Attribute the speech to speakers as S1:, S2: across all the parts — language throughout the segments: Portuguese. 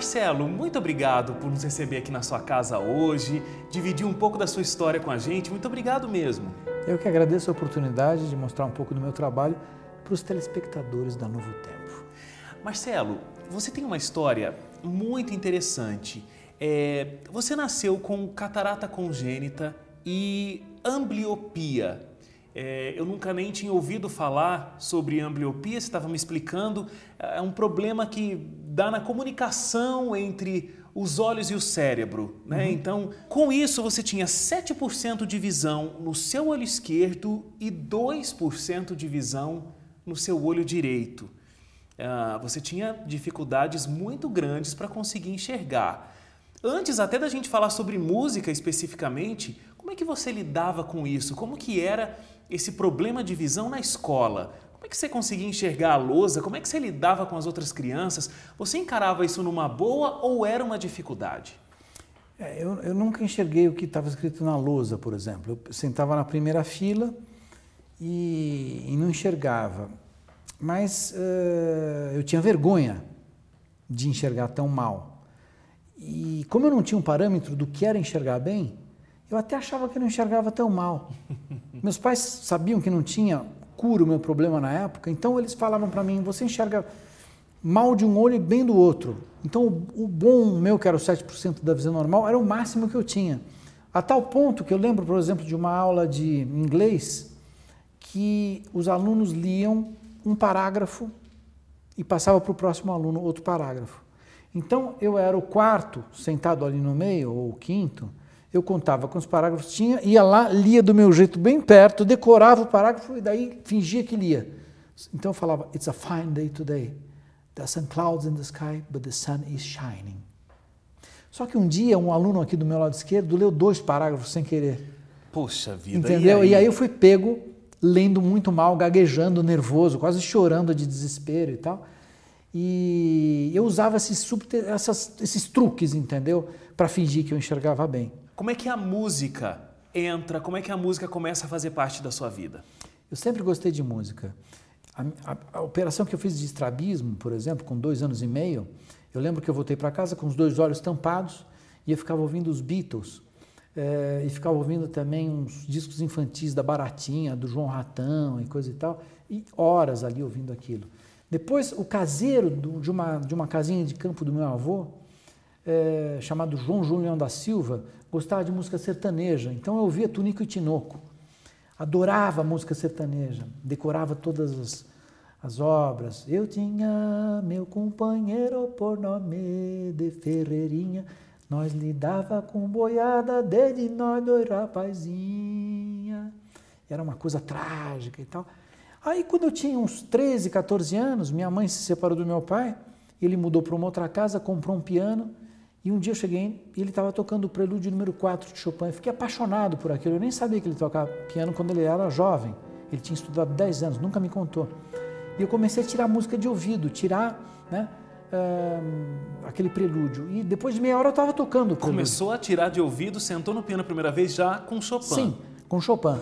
S1: Marcelo, muito obrigado por nos receber aqui na sua casa hoje, dividir um pouco da sua história com a gente. Muito obrigado mesmo.
S2: Eu que agradeço a oportunidade de mostrar um pouco do meu trabalho para os telespectadores da Novo Tempo.
S1: Marcelo, você tem uma história muito interessante. Você nasceu com catarata congênita e ambliopia. Eu nunca nem tinha ouvido falar sobre ambliopia, você estava me explicando. É um problema que dá na comunicação entre os olhos e o cérebro, né? Então, com isso, você tinha 7% de visão no seu olho esquerdo e 2% de visão no seu olho direito. Você tinha dificuldades muito grandes para conseguir enxergar. Antes até da gente falar sobre música especificamente, como é que você lidava com isso? Como que era esse problema de visão na escola? Como é que você conseguia enxergar a lousa? Como é que você lidava com as outras crianças? Você encarava isso numa boa ou era uma dificuldade?
S2: Eu nunca enxerguei o que estava escrito na lousa, por exemplo. Eu sentava na primeira fila e não enxergava. Mas eu tinha vergonha de enxergar tão mal. E como eu não tinha um parâmetro do que era enxergar bem, eu até achava que eu não enxergava tão mal. Meus pais sabiam que não tinha cura o meu problema na época, então eles falavam para mim, você enxerga mal de um olho e bem do outro. Então o bom meu, que era o 7% da visão normal, era o máximo que eu tinha. A tal ponto que eu lembro, por exemplo, de uma aula de inglês que os alunos liam um parágrafo e passava para o próximo aluno outro parágrafo. Então eu era o quarto, sentado ali no meio, ou o quinto, eu contava quantos parágrafos tinha, ia lá, lia do meu jeito bem perto, decorava o parágrafo e daí fingia que lia. Então eu falava, it's a fine day today. There are some clouds in the sky, but the sun is shining. Só que um dia um aluno aqui do meu lado esquerdo leu 2 parágrafos sem querer.
S1: Poxa vida,
S2: entendeu? E aí eu fui pego lendo muito mal, gaguejando, nervoso, quase chorando de desespero e tal. E eu usava esses truques, entendeu? Para fingir que eu enxergava bem.
S1: Como é que a música entra, como é que a música começa a fazer parte da sua vida?
S2: Eu sempre gostei de música. A operação que eu fiz de estrabismo, por exemplo, com 2 anos e meio, eu lembro que eu voltei para casa com os 2 olhos tampados e eu ficava ouvindo os Beatles. E ficava ouvindo também uns discos infantis da Baratinha, do João Ratão e coisa e tal, e horas ali ouvindo aquilo. Depois, o caseiro de uma casinha de campo do meu avô, chamado João Julião da Silva, gostava de música sertaneja, então eu ouvia Tunico e Tinoco, adorava música sertaneja, decorava todas as obras. Eu tinha meu companheiro por nome de Ferreirinha, nós lidava com boiada desde nós 2 rapazinha. Era uma coisa trágica e tal. Aí quando eu tinha uns 13, 14 anos, minha mãe se separou do meu pai, ele mudou para uma outra casa, comprou um piano, e um dia eu cheguei e ele estava tocando o Prelúdio número 4 de Chopin. Eu fiquei apaixonado por aquilo, eu nem sabia que ele tocava piano quando ele era jovem. Ele tinha estudado 10 anos, nunca me contou. E eu comecei a tirar música de ouvido, né, aquele prelúdio. E depois de meia hora eu estava tocando o prelúdio.
S1: Começou a tirar de ouvido, sentou no piano a primeira vez já com Chopin.
S2: Sim, com Chopin.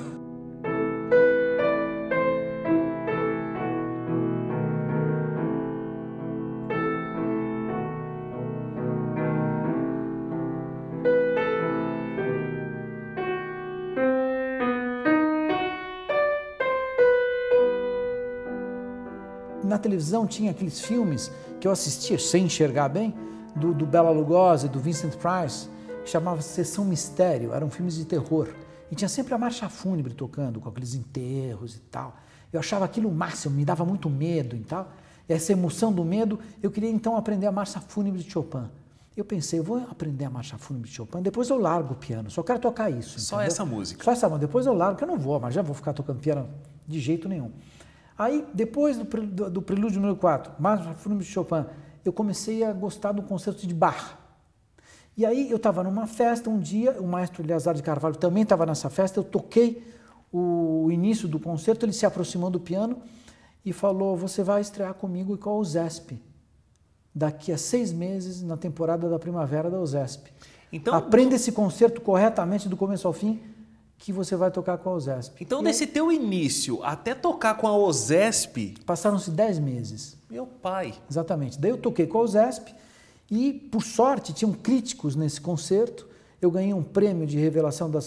S2: Na televisão tinha aqueles filmes que eu assistia sem enxergar bem, do Bela Lugosi, do Vincent Price, que chamava Sessão Mistério, eram filmes de terror. E tinha sempre a marcha fúnebre tocando, com aqueles enterros e tal. Eu achava aquilo o máximo, me dava muito medo e tal. E essa emoção do medo, eu queria então aprender a marcha fúnebre de Chopin. Eu pensei, eu vou aprender a marcha fúnebre de Chopin, depois eu largo o piano, só quero tocar isso.
S1: Só
S2: entendeu?
S1: essa música?
S2: Só essa música, depois eu largo, que eu não vou, mas já vou ficar tocando piano de jeito nenhum. Aí, depois do Prelúdio número 4, Marcha Fúnebre de Chopin, eu comecei a gostar do concerto de Bach. E aí eu estava numa festa um dia, o maestro Eleazar de Carvalho também estava nessa festa, eu toquei o início do concerto, ele se aproximou do piano e falou, você vai estrear comigo com a USESP, daqui a 6 meses, na temporada da primavera da USESP. Então, aprenda esse concerto corretamente do começo ao fim, que você vai tocar com a USESP.
S1: Então, desse teu início até tocar com a USESP...
S2: Passaram-se 10 meses.
S1: Meu pai.
S2: Exatamente. Daí eu toquei com a USESP E, por sorte, tinham críticos nesse concerto. Eu ganhei um prêmio de revelação da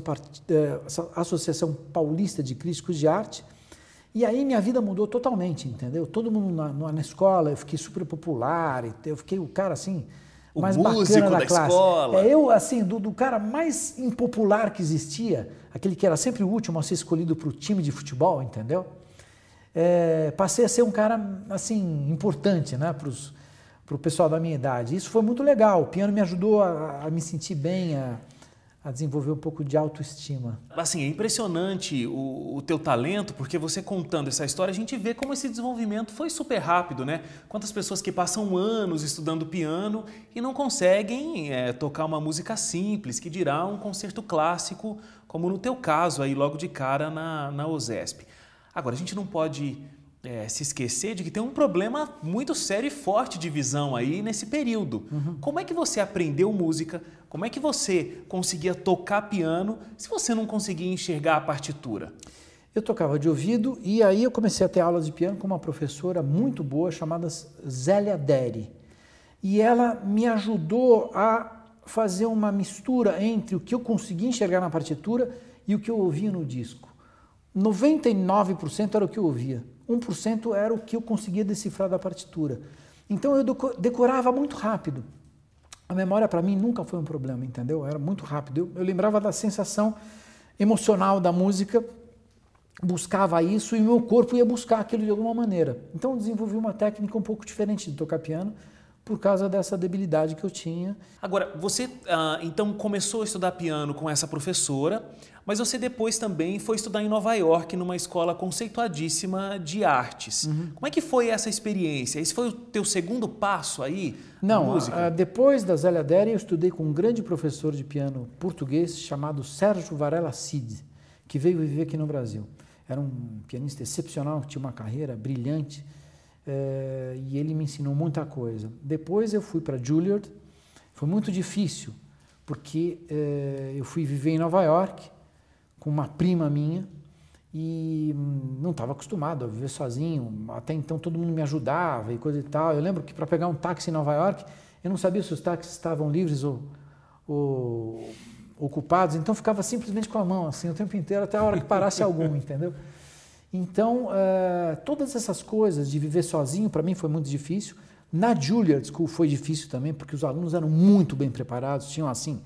S2: Associação Paulista de Críticos de Arte. E aí minha vida mudou totalmente, entendeu? Todo mundo na escola, eu fiquei super popular, eu fiquei o cara assim,
S1: o
S2: mais
S1: músico
S2: bacana da classe.
S1: Escola.
S2: Eu, assim, do cara mais impopular que existia, aquele que era sempre o último a ser escolhido para o time de futebol, entendeu? Passei a ser um cara, assim, importante, né, para o pessoal da minha idade. Isso foi muito legal, o piano me ajudou a me sentir bem, a desenvolver um pouco de autoestima.
S1: Assim, é impressionante o teu talento, porque você contando essa história, a gente vê como esse desenvolvimento foi super rápido, né? Quantas pessoas que passam anos estudando piano e não conseguem tocar uma música simples, que dirá um concerto clássico, como no teu caso aí logo de cara na USESP. Agora, a gente não pode se esquecer de que tem um problema muito sério e forte de visão aí nesse período. Como é que você aprendeu música? Como é que você conseguia tocar piano se você não conseguia enxergar a partitura?
S2: Eu tocava de ouvido e aí eu comecei a ter aulas de piano com uma professora muito boa chamada Zélia Deri. E ela me ajudou a fazer uma mistura entre o que eu conseguia enxergar na partitura e o que eu ouvia no disco. 99% era o que eu ouvia. 1% era o que eu conseguia decifrar da partitura. Então eu decorava muito rápido. A memória para mim nunca foi um problema, entendeu? Era muito rápido. Eu lembrava da sensação emocional da música, buscava isso e meu corpo ia buscar aquilo de alguma maneira. Então eu desenvolvi uma técnica um pouco diferente de tocar piano por causa dessa debilidade que eu tinha.
S1: Agora, você então começou a estudar piano com essa professora, mas você depois também foi estudar em Nova York, numa escola conceituadíssima de artes. Como é que foi essa experiência? Esse foi o teu segundo passo aí na música?
S2: Depois da Zélia Deri, eu estudei com um grande professor de piano português chamado Sérgio Varela Cid, que veio viver aqui no Brasil. Era um pianista excepcional, tinha uma carreira brilhante, e ele me ensinou muita coisa. Depois eu fui para Juilliard, foi muito difícil, porque eu fui viver em Nova York com uma prima minha e não estava acostumado a viver sozinho. Até então todo mundo me ajudava e coisa e tal. Eu lembro que para pegar um táxi em Nova York, eu não sabia se os táxis estavam livres ou ocupados, então ficava simplesmente com a mão assim o tempo inteiro até a hora que parasse algum, entendeu? Então, todas essas coisas de viver sozinho, para mim foi muito difícil. Na Juilliard School foi difícil também, porque os alunos eram muito bem preparados, tinham assim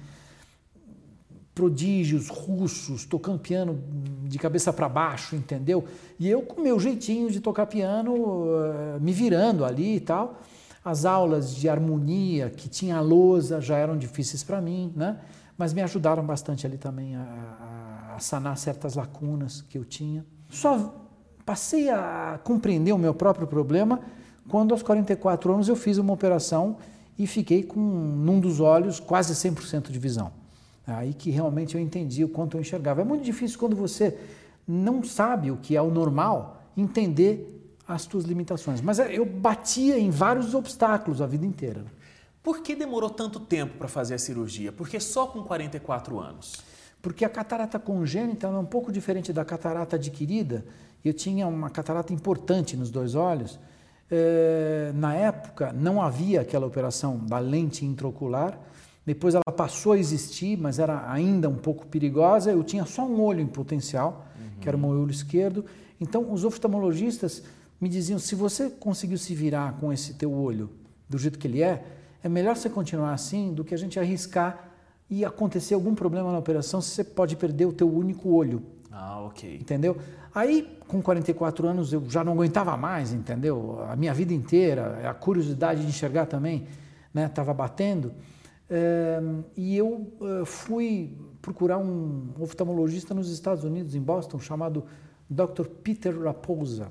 S2: prodígios russos, tocando piano de cabeça para baixo, entendeu? E eu com o meu jeitinho de tocar piano, me virando ali e tal. As aulas de harmonia, que tinha a lousa, já eram difíceis para mim, né? Mas me ajudaram bastante ali também a sanar certas lacunas que eu tinha. Só passei a compreender o meu próprio problema quando aos 44 anos eu fiz uma operação e fiquei com, num dos olhos, quase 100% de visão. Aí que realmente eu entendi o quanto eu enxergava. É muito difícil quando você não sabe o que é o normal, entender as tuas limitações. Mas eu batia em vários obstáculos a vida inteira.
S1: Por que demorou tanto tempo para fazer a cirurgia? Por que só com 44 anos?
S2: Porque a catarata congênita é um pouco diferente da catarata adquirida. Eu tinha uma catarata importante nos dois olhos. Na época não havia aquela operação da lente intraocular. Depois ela passou a existir, mas era ainda um pouco perigosa. Eu tinha só um olho em potencial, que era o meu olho esquerdo. Então os oftalmologistas me diziam, se você conseguiu se virar com esse teu olho do jeito que ele é melhor você continuar assim do que a gente arriscar e acontecer algum problema na operação, você pode perder o teu único olho.
S1: Ah, ok.
S2: Entendeu? Aí, com 44 anos, eu já não aguentava mais, entendeu? A minha vida inteira, a curiosidade de enxergar também, né, estava batendo. E eu fui procurar um oftalmologista nos Estados Unidos, em Boston, chamado Dr. Peter Raposa.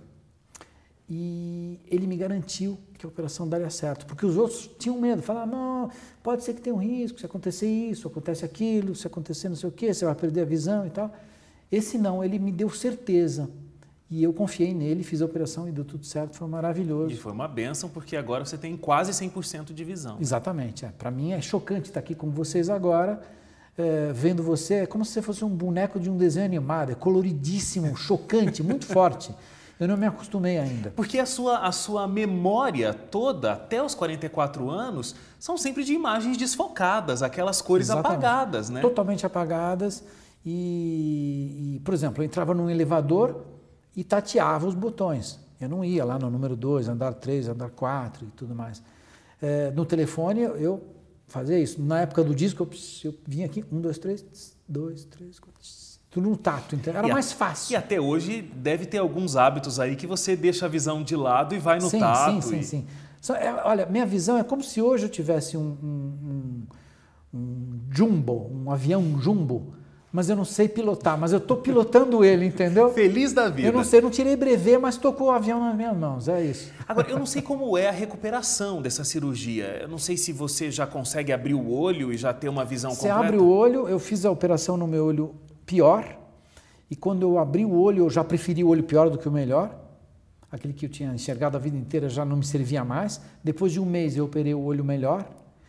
S2: E ele me garantiu que a operação daria certo, porque os outros tinham medo, falavam, não, pode ser que tenha um risco, se acontecer isso, acontece aquilo, se acontecer não sei o quê, você vai perder a visão e tal. Esse não, ele me deu certeza. E eu confiei nele, fiz a operação e deu tudo certo, foi maravilhoso.
S1: E foi uma bênção, porque agora você tem quase 100% de visão.
S2: Exatamente. Para mim é chocante estar aqui com vocês agora, vendo você, é como se você fosse um boneco de um desenho animado, é coloridíssimo, chocante, muito forte. Eu não me acostumei ainda.
S1: Porque a sua memória toda, até os 44 anos, são sempre de imagens desfocadas, aquelas cores apagadas, né?
S2: Totalmente apagadas. Por exemplo, eu entrava num elevador e tateava os botões. Eu não ia lá no número 2, andar 3, andar 4 e tudo mais. No telefone eu fazia isso. Na época do disco eu vinha aqui, 1, 2, 3, 2, 3, 4, tudo no tato, então era mais fácil.
S1: E até hoje deve ter alguns hábitos aí que você deixa a visão de lado e vai no tato.
S2: Sim. Olha, minha visão é como se hoje eu tivesse um jumbo, um avião jumbo, mas eu não sei pilotar, mas eu estou pilotando ele, entendeu?
S1: Feliz da vida.
S2: Eu não sei, não tirei brevet, mas estou com o avião nas minhas mãos, é isso.
S1: Agora, eu não sei como é a recuperação dessa cirurgia. Eu não sei se você já consegue abrir o olho e já ter uma visão completa.
S2: Você abre o olho, eu fiz a operação no meu olho pior, e quando eu abri o olho, eu já preferi o olho pior do que o melhor. Aquele que eu tinha enxergado a vida inteira já não me servia mais. Depois de um mês eu operei o olho melhor.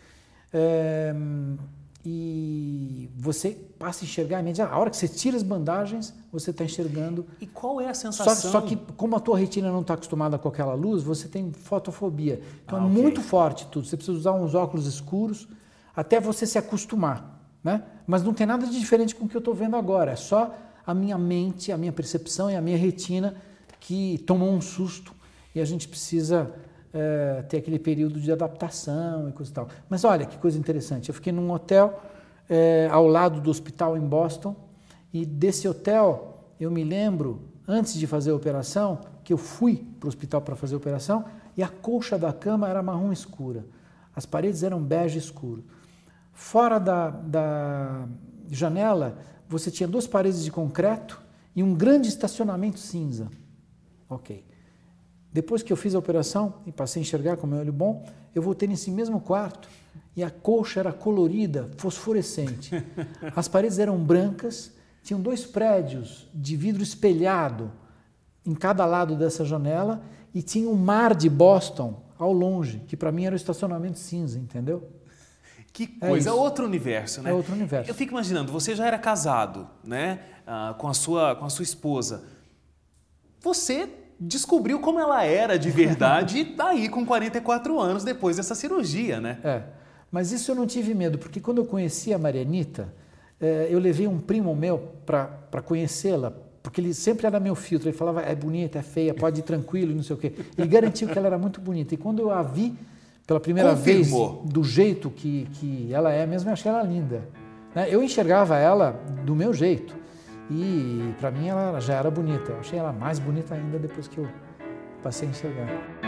S2: E você passa a enxergar imediatamente. A hora que você tira as bandagens, você está enxergando.
S1: E qual é a sensação?
S2: Só que como a tua retina não está acostumada com aquela luz, você tem fotofobia. Então é muito forte tudo. Você precisa usar uns óculos escuros até você se acostumar, né? Mas não tem nada de diferente com o que eu estou vendo agora. É só a minha mente, a minha percepção e a minha retina que tomou um susto e a gente precisa ter aquele período de adaptação e coisa e tal. Mas olha que coisa interessante, eu fiquei num hotel ao lado do hospital em Boston e desse hotel eu me lembro, antes de fazer a operação, que eu fui para o hospital para fazer a operação e a colcha da cama era marrom escura, as paredes eram bege escuro. Fora da janela você tinha 2 paredes de concreto e um grande estacionamento cinza. Ok. Depois que eu fiz a operação e passei a enxergar com o meu olho bom, eu voltei nesse mesmo quarto e a colcha era colorida, fosforescente. As paredes eram brancas, tinham 2 prédios de vidro espelhado em cada lado dessa janela e tinha o mar de Boston ao longe, que para mim era o estacionamento cinza, entendeu?
S1: Que coisa, é outro universo, né?
S2: É outro universo.
S1: Eu fico imaginando, você já era casado, né, com a sua esposa. Você descobriu como ela era de verdade aí com 44 anos depois dessa cirurgia, né?
S2: Mas isso eu não tive medo, porque quando eu conheci a Marianita, eu levei um primo meu para conhecê-la, porque ele sempre era meu filtro, ele falava, é bonita, é feia, pode ir tranquilo e não sei o quê. Ele garantiu que ela era muito bonita, e quando eu a vi pela primeira vez, do jeito que ela é mesmo, eu achei ela linda. Eu enxergava ela do meu jeito. E para mim ela já era bonita, eu achei ela mais bonita ainda depois que eu passei a enxergar.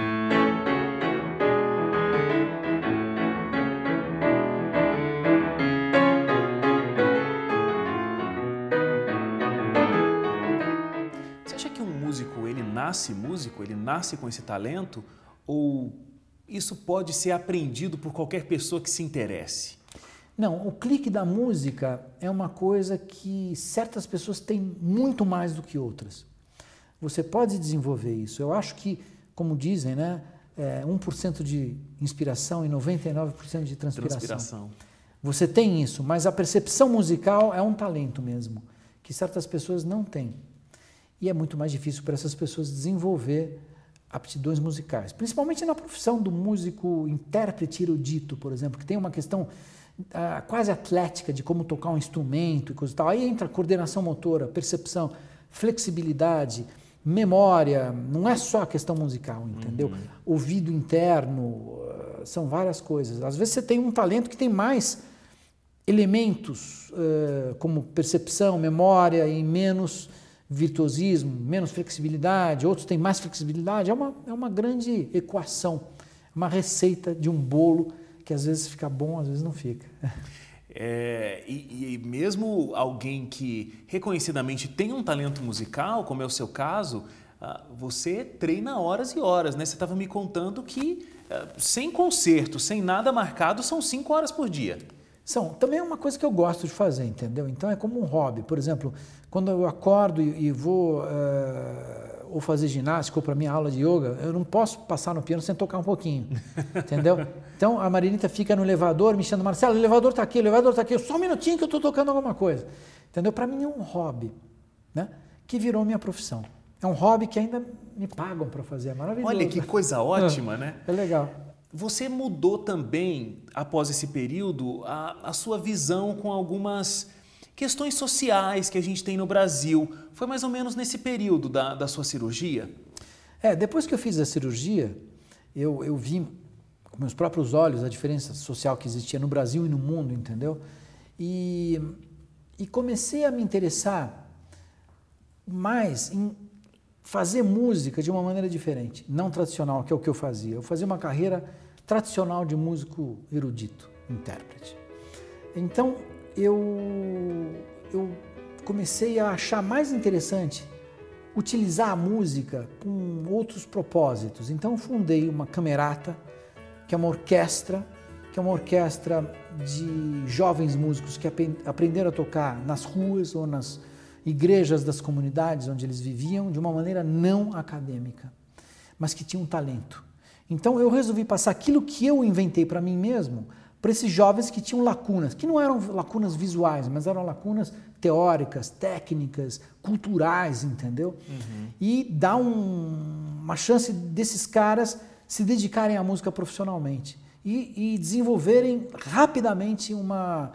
S1: Você acha que um músico, ele nasce músico, ele nasce com esse talento? Ou isso pode ser aprendido por qualquer pessoa que se interesse?
S2: Não, o clique da música é uma coisa que certas pessoas têm muito mais do que outras. Você pode desenvolver isso. Eu acho que, como dizem, né, 1% de inspiração e 99% de transpiração. Você tem isso, mas a percepção musical é um talento mesmo, que certas pessoas não têm. E é muito mais difícil para essas pessoas desenvolver aptidões musicais. Principalmente na profissão do músico intérprete erudito, por exemplo, que tem uma questão quase atlética de como tocar um instrumento e coisa e tal. Aí entra coordenação motora, percepção, flexibilidade, memória, não é só a questão musical, entendeu? Ouvido interno, são várias coisas. Às vezes você tem um talento que tem mais elementos como percepção, memória e menos virtuosismo, menos flexibilidade, outros têm mais flexibilidade. É uma grande equação, uma receita de um bolo que às vezes fica bom, às vezes não fica.
S1: E mesmo alguém que reconhecidamente tem um talento musical, como é o seu caso, você treina horas e horas, né? Você estava me contando que sem concerto, sem nada marcado, são 5 horas por dia.
S2: Também é uma coisa que eu gosto de fazer, entendeu? Então é como um hobby. Por exemplo, quando eu acordo e vou ou fazer ginástica ou para minha aula de yoga, eu não posso passar no piano sem tocar um pouquinho, entendeu? Então a Marianita fica no elevador me chamando, Marcelo, o elevador está aqui, só um minutinho que eu estou tocando alguma coisa, entendeu? Para mim é um hobby, né? Que virou minha profissão. É um hobby que ainda me pagam para fazer, é maravilhoso.
S1: Olha que coisa ótima, né?
S2: É legal.
S1: Você mudou também, após esse período, a sua visão com algumas questões sociais que a gente tem no Brasil. Foi mais ou menos nesse período da sua cirurgia?
S2: Depois que eu fiz a cirurgia, eu vi com meus próprios olhos a diferença social que existia no Brasil e no mundo, entendeu? E comecei a me interessar mais em fazer música de uma maneira diferente, não tradicional, que é o que eu fazia. Eu fazia uma carreira tradicional de músico erudito, intérprete. Então, eu comecei a achar mais interessante utilizar a música com outros propósitos. Então, eu fundei uma camerata, que é uma orquestra de jovens músicos que aprenderam a tocar nas ruas ou nas igrejas das comunidades onde eles viviam de uma maneira não acadêmica, mas que tinham talento. Então eu resolvi passar aquilo que eu inventei para mim mesmo para esses jovens que tinham lacunas, que não eram lacunas visuais, mas eram lacunas teóricas, técnicas, culturais, entendeu? Uhum. E dar uma chance desses caras se dedicarem à música profissionalmente e desenvolverem rapidamente uma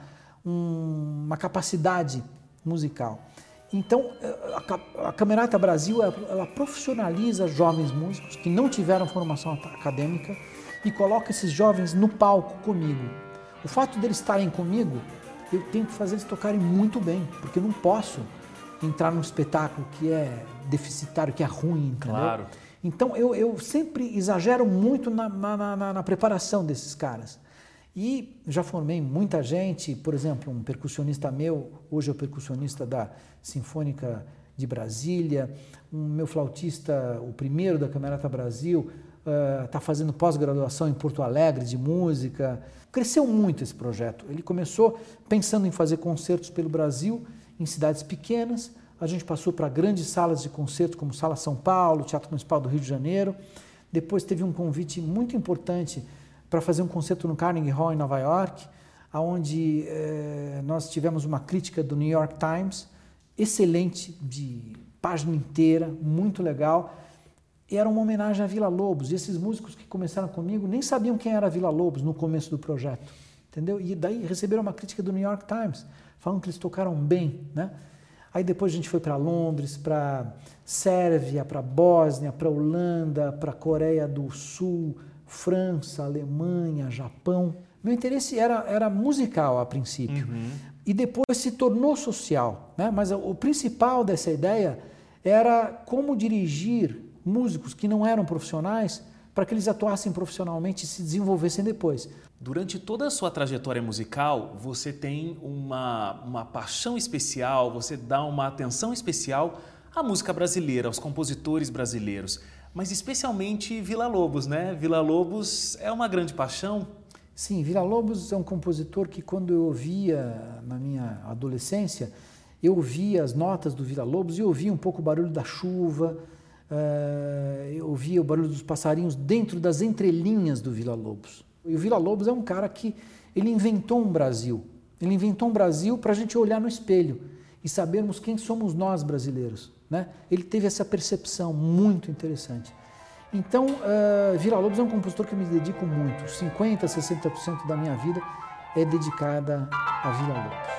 S2: capacidade musical. Então, a Camerata Brasil, ela profissionaliza jovens músicos que não tiveram formação acadêmica e coloca esses jovens no palco comigo. O fato deles estarem comigo, eu tenho que fazer eles tocarem muito bem, porque eu não posso entrar num espetáculo que é deficitário, que é ruim, entendeu?
S1: Claro.
S2: Então, eu sempre exagero muito na preparação desses caras. E já formei muita gente, por exemplo, um percussionista meu, hoje é o percussionista da Sinfônica de Brasília, um meu flautista, o primeiro da Camerata Brasil, está fazendo pós-graduação em Porto Alegre de música. Cresceu muito esse projeto. Ele começou pensando em fazer concertos pelo Brasil, em cidades pequenas. A gente passou para grandes salas de concertos, como Sala São Paulo, Teatro Municipal do Rio de Janeiro. Depois teve um convite muito importante para fazer um concerto no Carnegie Hall, em Nova York, onde nós tivemos uma crítica do New York Times, excelente, de página inteira, muito legal. E era uma homenagem a Villa-Lobos. E esses músicos que começaram comigo nem sabiam quem era Villa-Lobos no começo do projeto, entendeu? E daí receberam uma crítica do New York Times, falando que eles tocaram bem, né? Aí depois a gente foi para Londres, para Sérvia, para Bósnia, para Holanda, para Coreia do Sul, França, Alemanha, Japão. Meu interesse era musical a princípio. Uhum. E depois se tornou social, né? Mas o principal dessa ideia era como dirigir músicos que não eram profissionais para que eles atuassem profissionalmente e se desenvolvessem depois.
S1: Durante toda a sua trajetória musical, você tem uma paixão especial, você dá uma atenção especial à música brasileira, aos compositores brasileiros, mas especialmente Villa-Lobos, né? Villa-Lobos é uma grande paixão.
S2: Sim, Villa-Lobos é um compositor que quando eu ouvia na minha adolescência, eu ouvia as notas do Villa-Lobos e ouvia um pouco o barulho da chuva, eu ouvia o barulho dos passarinhos dentro das entrelinhas do Villa-Lobos. E o Villa-Lobos é um cara que ele inventou um Brasil. Ele inventou um Brasil para a gente olhar no espelho e sabermos quem somos nós brasileiros, né? Ele teve essa percepção muito interessante. Então, Villa-Lobos é um compositor que eu me dedico muito. 50%, 60% da minha vida é dedicada a Villa-Lobos.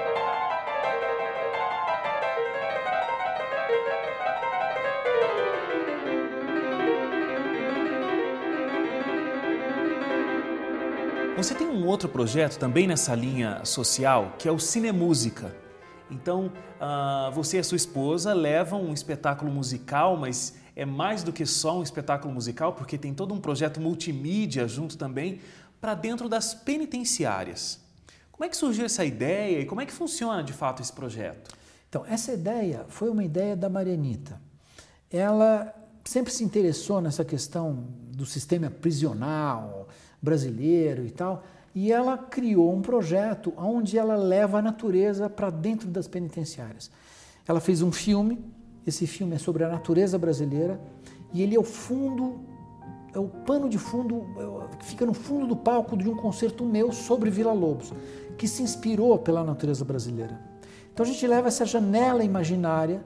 S1: Você tem um outro projeto também nessa linha social, que é o Cinemúsica. Então, você e a sua esposa levam um espetáculo musical, mas é mais do que só um espetáculo musical, porque tem todo um projeto multimídia junto também, para dentro das penitenciárias. Como é que surgiu essa ideia e como é que funciona de fato esse projeto?
S2: Então, essa ideia foi uma ideia da Marianita. Ela sempre se interessou nessa questão do sistema prisional brasileiro e tal, e ela criou um projeto onde ela leva a natureza para dentro das penitenciárias. Ela fez um filme, esse filme é sobre a natureza brasileira, e ele é o pano de fundo, que fica no fundo do palco de um concerto meu sobre Villa-Lobos, que se inspirou pela natureza brasileira. Então a gente leva essa janela imaginária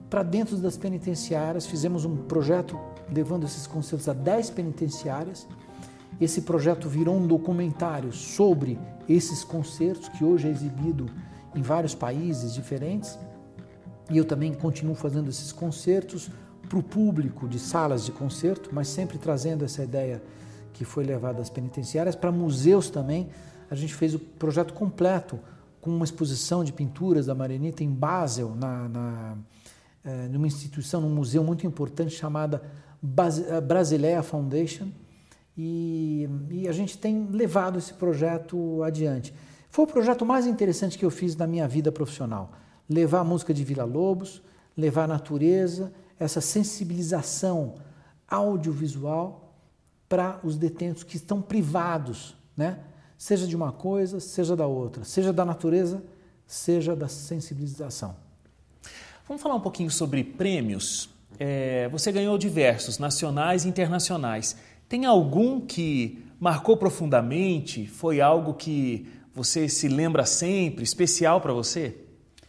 S2: para dentro das penitenciárias. Fizemos um projeto levando esses concertos a 10 penitenciárias. Esse projeto virou um documentário sobre esses concertos, que hoje é exibido em vários países diferentes. E eu também continuo fazendo esses concertos para o público de salas de concerto, mas sempre trazendo essa ideia que foi levada às penitenciárias. Para museus também, a gente fez o projeto completo, com uma exposição de pinturas da Marianita em Basel, numa instituição, num museu muito importante chamada Brasileia Foundation, e a gente tem levado esse projeto adiante. Foi o projeto mais interessante que eu fiz na minha vida profissional, levar a música de Villa-Lobos, levar a natureza, essa sensibilização audiovisual para os detentos que estão privados, né? Seja de uma coisa, seja da outra, seja da natureza, seja da sensibilização.
S1: Vamos falar um pouquinho sobre prêmios. Você ganhou diversos, nacionais e internacionais. Tem algum que marcou profundamente? Foi algo que você se lembra sempre, especial para você?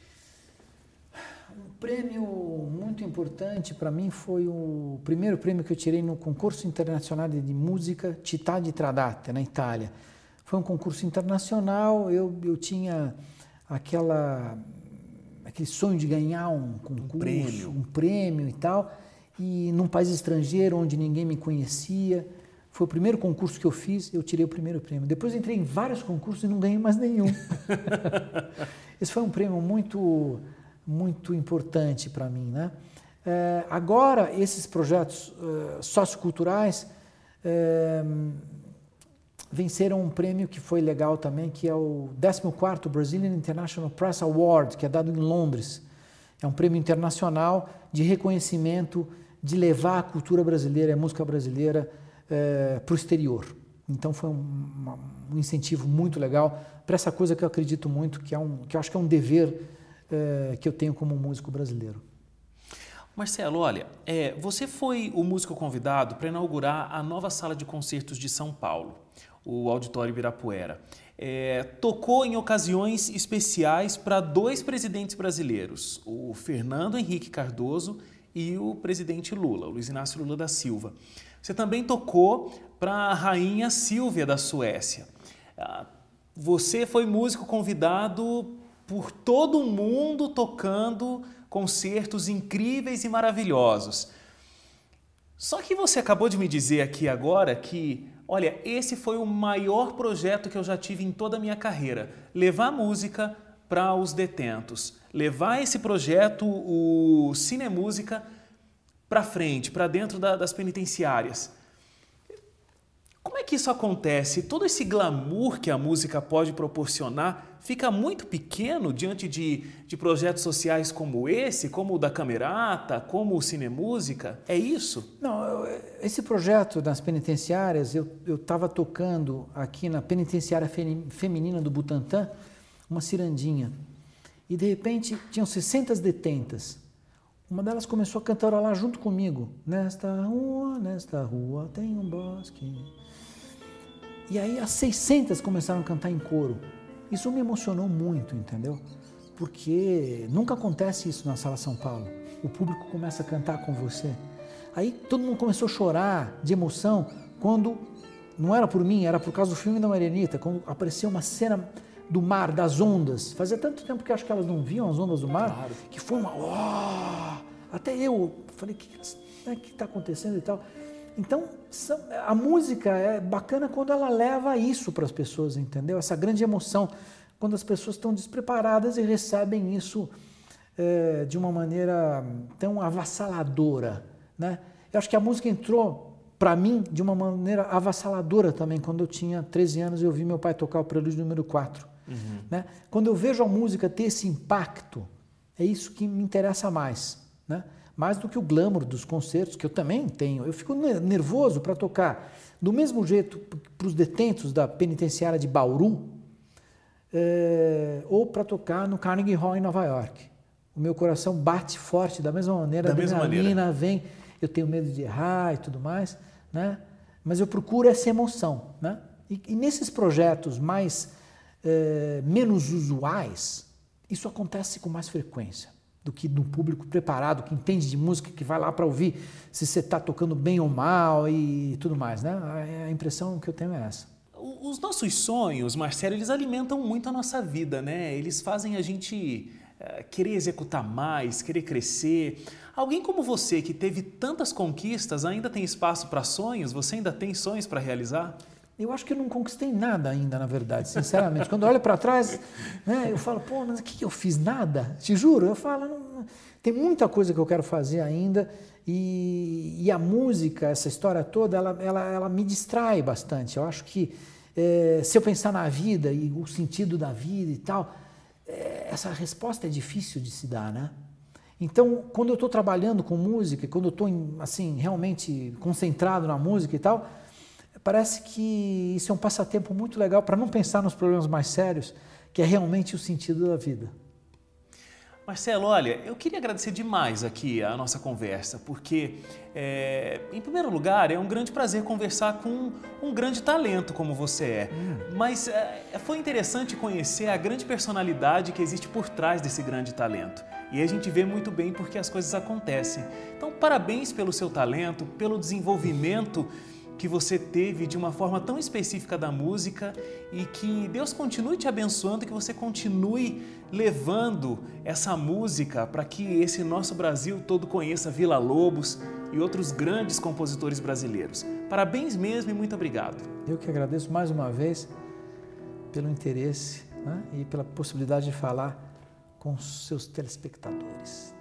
S2: Um prêmio muito importante para mim foi o primeiro prêmio que eu tirei no concurso internacional de música Città di Tradate, na Itália. Foi um concurso internacional, eu tinha aquele sonho de ganhar um concurso, um prêmio e tal, e num país estrangeiro onde ninguém me conhecia. Foi o primeiro concurso que eu fiz, eu tirei o primeiro prêmio. Depois entrei em vários concursos e não ganhei mais nenhum. Esse foi um prêmio muito, muito importante para mim, né? Agora, esses projetos socioculturais venceram um prêmio que foi legal também, que é o 14º Brazilian International Press Award, que é dado em Londres. É um prêmio internacional de reconhecimento, de levar a cultura brasileira, a música brasileira para o exterior. Então foi um incentivo muito legal para essa coisa que eu acredito muito, que eu acho que é um dever que eu tenho como músico brasileiro.
S1: Marcelo, olha, você foi o músico convidado para inaugurar a nova sala de concertos de São Paulo, o Auditório Ibirapuera. Tocou em ocasiões especiais para 2 presidentes brasileiros, o Fernando Henrique Cardoso e o presidente Lula, o Luiz Inácio Lula da Silva. Você também tocou para a rainha Silvia da Suécia. Você foi músico convidado por todo o mundo tocando concertos incríveis e maravilhosos. Só que você acabou de me dizer aqui agora que, olha, esse foi o maior projeto que eu já tive em toda a minha carreira. Levar música para os detentos. Levar esse projeto, o Cinemúsica, para frente, para dentro das penitenciárias. Como é que isso acontece? Todo esse glamour que a música pode proporcionar fica muito pequeno diante de projetos sociais como esse, como o da Camerata, como o Cinemúsica? É isso?
S2: Não, esse projeto das penitenciárias, eu estava tocando aqui na penitenciária feminina do Butantã, uma cirandinha, e de repente tinham 60 detentas. Uma delas começou a cantarolar junto comigo. Nesta rua tem um bosque. E aí as 600 começaram a cantar em coro. Isso me emocionou muito, entendeu? Porque nunca acontece isso na Sala São Paulo. O público começa a cantar com você. Aí todo mundo começou a chorar de emoção quando não era por mim, era por causa do filme da Marianita, quando apareceu uma cena do mar, das ondas. Fazia tanto tempo que acho que elas não viam as ondas do mar, claro, que foi uma... Oh! Até eu falei, o que está acontecendo e tal? Então, a música é bacana quando ela leva isso para as pessoas, entendeu? Essa grande emoção, quando as pessoas estão despreparadas e recebem isso de uma maneira tão avassaladora, né? Eu acho que a música entrou para mim de uma maneira avassaladora também, quando eu tinha 13 anos e eu vi meu pai tocar o Prelúdio número 4. Né? Quando eu vejo a música ter esse impacto, é isso que me interessa mais, né? Mais do que o glamour dos concertos, que eu também tenho. Eu fico nervoso para tocar do mesmo jeito para os detentos da penitenciária de Bauru ou para tocar no Carnegie Hall em Nova York. O meu coração bate forte da mesma maneira, a adrenalina vem, eu tenho medo de errar e tudo mais, né? Mas eu procuro essa emoção, né? E nesses projetos menos usuais, isso acontece com mais frequência. do que no público preparado, que entende de música, que vai lá para ouvir se você está tocando bem ou mal e tudo mais, né? A impressão que eu tenho é essa.
S1: Os nossos sonhos, Marcelo, eles alimentam muito a nossa vida, né? Eles fazem a gente querer executar mais, querer crescer. Alguém como você, que teve tantas conquistas, ainda tem espaço para sonhos? Você ainda tem sonhos para realizar?
S2: Eu acho que eu não conquistei nada ainda, na verdade, sinceramente. Quando eu olho para trás, né, eu falo, pô, mas o que eu fiz? Nada? Te juro, eu falo, não, tem muita coisa que eu quero fazer ainda e a música, essa história toda, ela me distrai bastante. Eu acho que se eu pensar na vida e o sentido da vida e tal, essa resposta é difícil de se dar, né? Então, quando eu estou trabalhando com música, quando eu estou assim, realmente concentrado na música e tal, parece que isso é um passatempo muito legal para não pensar nos problemas mais sérios, que é realmente o sentido da vida.
S1: Marcelo, olha, eu queria agradecer demais aqui a nossa conversa, porque, em primeiro lugar, é um grande prazer conversar com um grande talento como você é. Mas foi interessante conhecer a grande personalidade que existe por trás desse grande talento. E a gente vê muito bem porque as coisas acontecem. Então, parabéns pelo seu talento, pelo desenvolvimento que você teve de uma forma tão específica da música e que Deus continue te abençoando, que você continue levando essa música para que esse nosso Brasil todo conheça Villa-Lobos e outros grandes compositores brasileiros. Parabéns mesmo e muito obrigado.
S2: Eu que agradeço mais uma vez pelo interesse, né, e pela possibilidade de falar com os seus telespectadores.